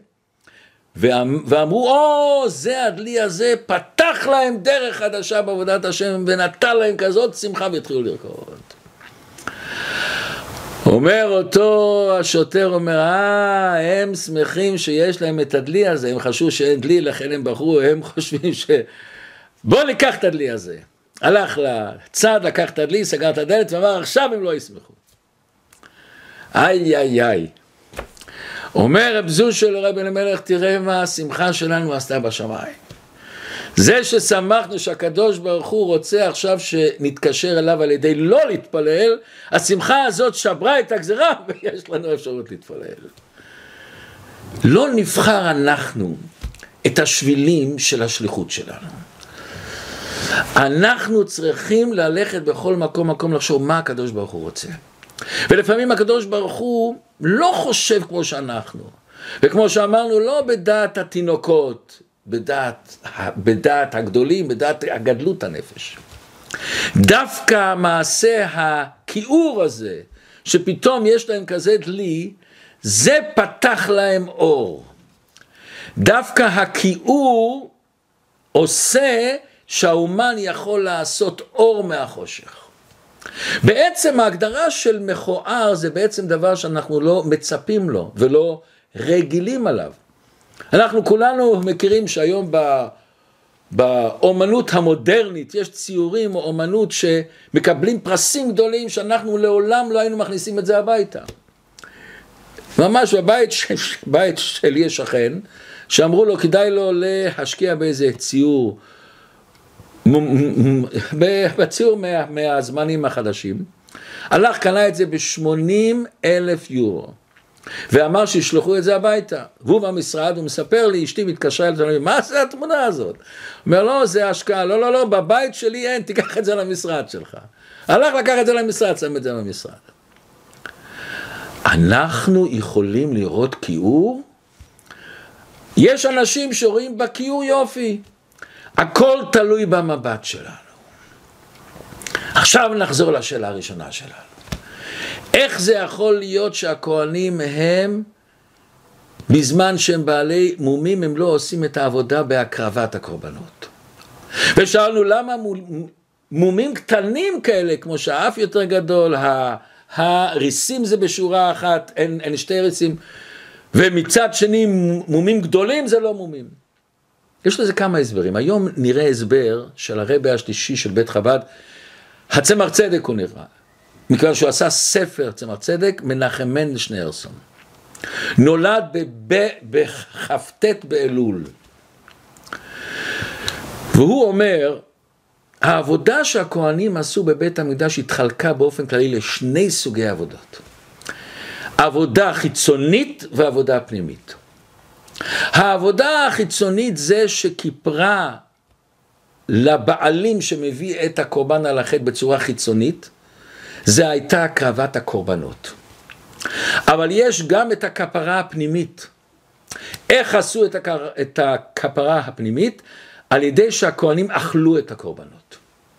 Speaker 1: ואמרו, זה הדלי הזה, פתח להם דרך חדשה בעבודת השם, ונתן להם כזאת שמחה, והתחילו לרקוד. אומר אותו השוטר, אומר, הם שמחים שיש להם את הדלי הזה, הם חשבו שאין דלי, לכן הם בחרו, הם חושבים בוא ניקח את הדלי הזה. הלך לצד, לקח את הדלי, סגר את הדלת, ואמר, עכשיו הם לא ישמחו. איי. אומר רב זושה לרבי אלימלך, תראה מה השמחה שלנו עשתה בשמיים. זה ששמחנו שהקדוש ברוך הוא רוצה עכשיו שנתקשר אליו על ידי לא להתפלל, השמחה הזאת שברה את הגזרה ויש לנו אפשרות להתפלל. לא נבחר אנחנו את השבילים של השליחות שלנו. אנחנו צריכים ללכת בכל מקום לחשוב מה הקדוש ברוך הוא רוצה. ולפעמים הקדוש ברוך הוא לא חושב כמו שאנחנו. וכמו שאמרנו, לא בדעת התינוקות, בדעת הגדולים, בדעת הגדלות הנפש. דווקא מעשה הכיעור הזה, שפתאום יש להם כזה דלי, זה פתח להם אור. דווקא הכיעור עושה שהאומן יכול לעשות אור מהחושך. בעצם ההגדרה של מכוער זה בעצם דבר שאנחנו לא מצפים לו ולא רגילים עליו. אנחנו כולנו מכירים שהיום באומנות המודרנית יש ציורים או אומנות שמקבלים פרסים גדולים שאנחנו לעולם לא היינו מכניסים את זה הביתה. ממש בבית שלי יש שכן שאמרו לו כדאי לו להשקיע באיזה ציור, בציור מהזמנים החדשים. הלך קנה את זה ב80,000 יורו. ואמר שישלחו את זה הביתה. והוא במשרד, הוא מספר לי, אשתי מתקשרה אליי, מה זה התמונה הזאת? הוא אומר, לא, זה השקעה, לא, בבית שלי אין, תיקח את זה למשרד שלך. הלך לקח את זה למשרד, שם את זה למשרד. אנחנו יכולים לראות כיעור? יש אנשים שרואים בכיעור יופי. הכל תלוי במבט שלנו. עכשיו נחזור לשאלה הראשונה שלנו. איך זה יכול להיות שהכהנים הם, בזמן שהם בעלי מומים, הם לא עושים את העבודה בהקרבת הקורבנות? ושאלנו למה מומים קטנים כאלה, כמו שהאף יותר גדול, הריסים זה בשורה אחת, אין שתי ריסים, ומצד שני מומים גדולים זה לא מומים. יש לזה כמה הסברים. היום נראה הסבר של הרבי השלישי של בית חב"ד, הצמח צדק הוא נראה. מכיוון שהוא עשה ספר צמח צדק, מנחם מנדל שניאורסון. נולד בכ"ט באלול. והוא אומר, העבודה שהכהנים עשו בבית המקדש התחלקה באופן כללי לשני סוגי עבודות. עבודה חיצונית ועבודה פנימית. העבודה החיצונית זה שכיפרה לבעלים שמביא את הקורבן על החטא בצורה חיצונית, זה הייתה הקרבת הקורבנות. אבל יש גם את הכפרה הפנימית. איך עשו את הכפרה הפנימית? על ידי שהכהנים אכלו את הקורבנות.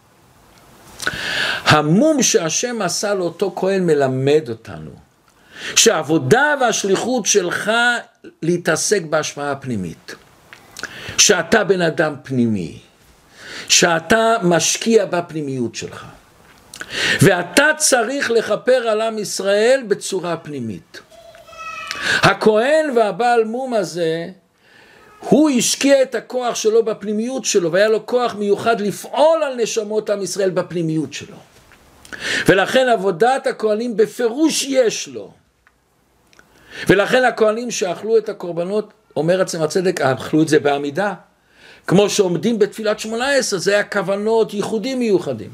Speaker 1: המום שהשם עשה לאותו כהן מלמד אותנו, שהעבודה והשליחות שלך להתעסק בהשפעה הפנימית. שאתה בן אדם פנימי. שאתה משקיע בפנימיות שלך. ואתה צריך לכפר על עם ישראל בצורה פנימית. הכהן והבעל מום הזה, הוא השקיע את הכוח שלו בפנימיות שלו, והיה לו כוח מיוחד לפעול על נשמות עם ישראל בפנימיות שלו. ולכן עבודת הכהנים בפירוש יש לו. ולכן הכהנים שאכלו את הקורבנות, אומר עצם הצדק, אכלו את זה בעמידה. כמו שעומדים בתפילת 18, זה היה כוונות ייחודים מיוחדים.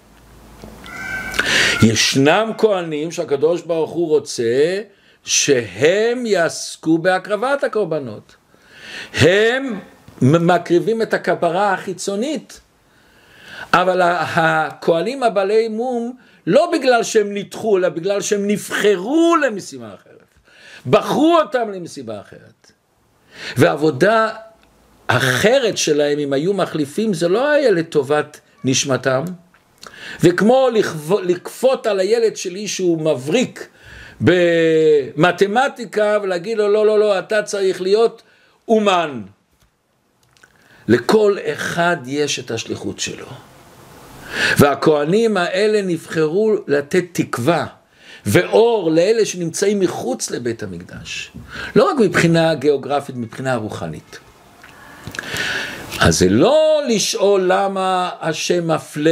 Speaker 1: ישנם כהנים שהקדוש ברוך הוא רוצה שהם יעסקו בהקרבת הקורבנות. הם מקריבים את הכפרה החיצונית. אבל הכהנים הבעלי מום, לא בגלל שהם ניתחו, אלא בגלל שהם נבחרו למשימה אחרת. בחרו אותם למשימה אחרת. ועבודה אחרת שלהם, אם היו מחליפים, זה לא היה לטובת נשמתם. וכמו לקפות על הילד שלי שהוא מבריק במתמטיקה, ולהגיד לו, לא, אתה צריך להיות אומן. לכל אחד יש את השליחות שלו. והכהנים האלה נבחרו לתת תקווה ואור לאלה שנמצאים מחוץ לבית המקדש. לא רק מבחינה גיאוגרפית, מבחינה רוחנית. אז זה לא לשאול למה השם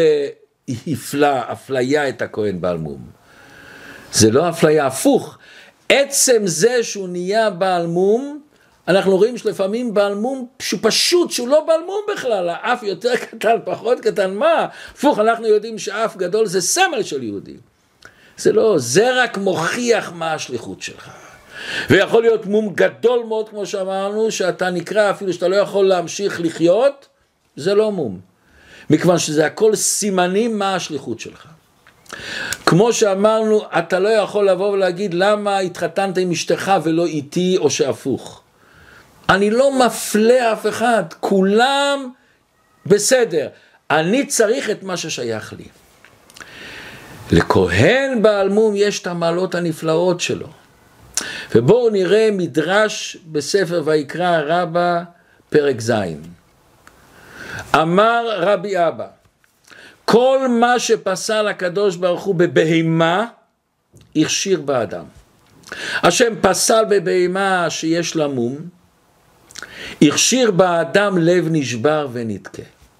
Speaker 1: אפליה את הכהן בעל מום. זה לא אפליה, הפוך. עצם זה שהוא נהיה בעל מום, אנחנו רואים שלפעמים בעל מום פשוט שהוא לא בעל מום בכלל, האף יותר קטן, פחות קטן, מה? הפוך, אנחנו יודעים שאף גדול זה סמל של יהודי. זה לא, זה רק מוכיח מה השליחות שלך. ויכול להיות מום גדול מאוד, כמו שאמרנו, שאתה נקרא אפילו שאתה לא יכול להמשיך לחיות, זה לא מום. מכיוון שזה הכל סימנים מה השליחות שלך. כמו שאמרנו, אתה לא יכול לבוא ולהגיד למה התחתנת עם אשתך ולא איתי או שהפוך. אני לא מפלה אף אחד, כולם בסדר. אני צריך את מה ששייך לי. לכהן בעל מום יש את המעלות הנפלאות שלו. ובואו נראה מדרש בספר ויקרא רבה פרק ז'. אמר רבי אבא, כל מה שפסל הקדוש ברוך הוא בבהמה, הכשיר באדם. השם פסל בבהמה שיש לה מום, הכשיר באדם לב נשבר ונתקה.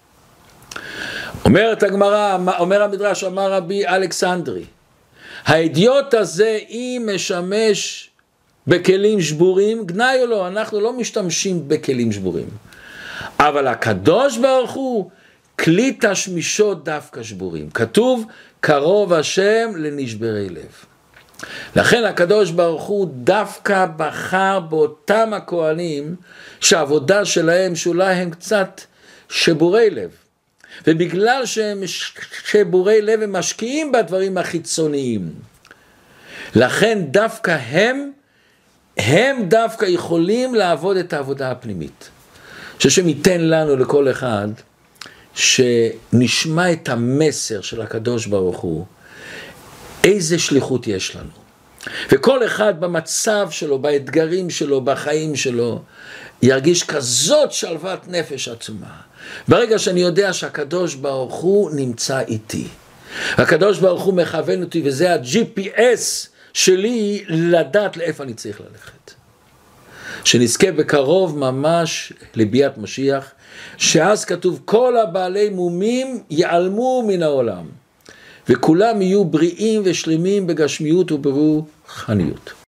Speaker 1: אומרת הגמרא, אומר המדרש, אמר רבי אלכסנדרי, האידיוט הזה אם משמש בכלים שבורים, גנאי או לא, אנחנו לא משתמשים בכלים שבורים. אבל הקדוש ברוך הוא, כלי תשמישות דווקא שבורים. כתוב, קרוב השם לנשברי לב. לכן הקדוש ברוך הוא דווקא בחר באותם הכהנים, שהעבודה שלהם שאולי הם קצת שבורי לב. ובגלל שהם שבורי לב הם משקיעים בדברים החיצוניים. לכן דווקא הם דווקא יכולים לעבוד את העבודה הפנימית. שהשם ייתן לנו לכל אחד, שנשמע את המסר של הקדוש ברוך הוא, איזה שליחות יש לנו. וכל אחד במצב שלו, באתגרים שלו, בחיים שלו, ירגיש כזאת שלוות נפש עצומה. ברגע שאני יודע שהקדוש ברוך הוא נמצא איתי. הקדוש ברוך הוא מכוון אותי, וזה ה-GPS שלי לדעת לאיפה אני צריך ללכת. שנזכה בקרוב ממש לביאת משיח, שאז כתוב כל הבעלי מומים ייעלמו מן העולם, וכולם יהיו בריאים ושלמים בגשמיות וברוחניות.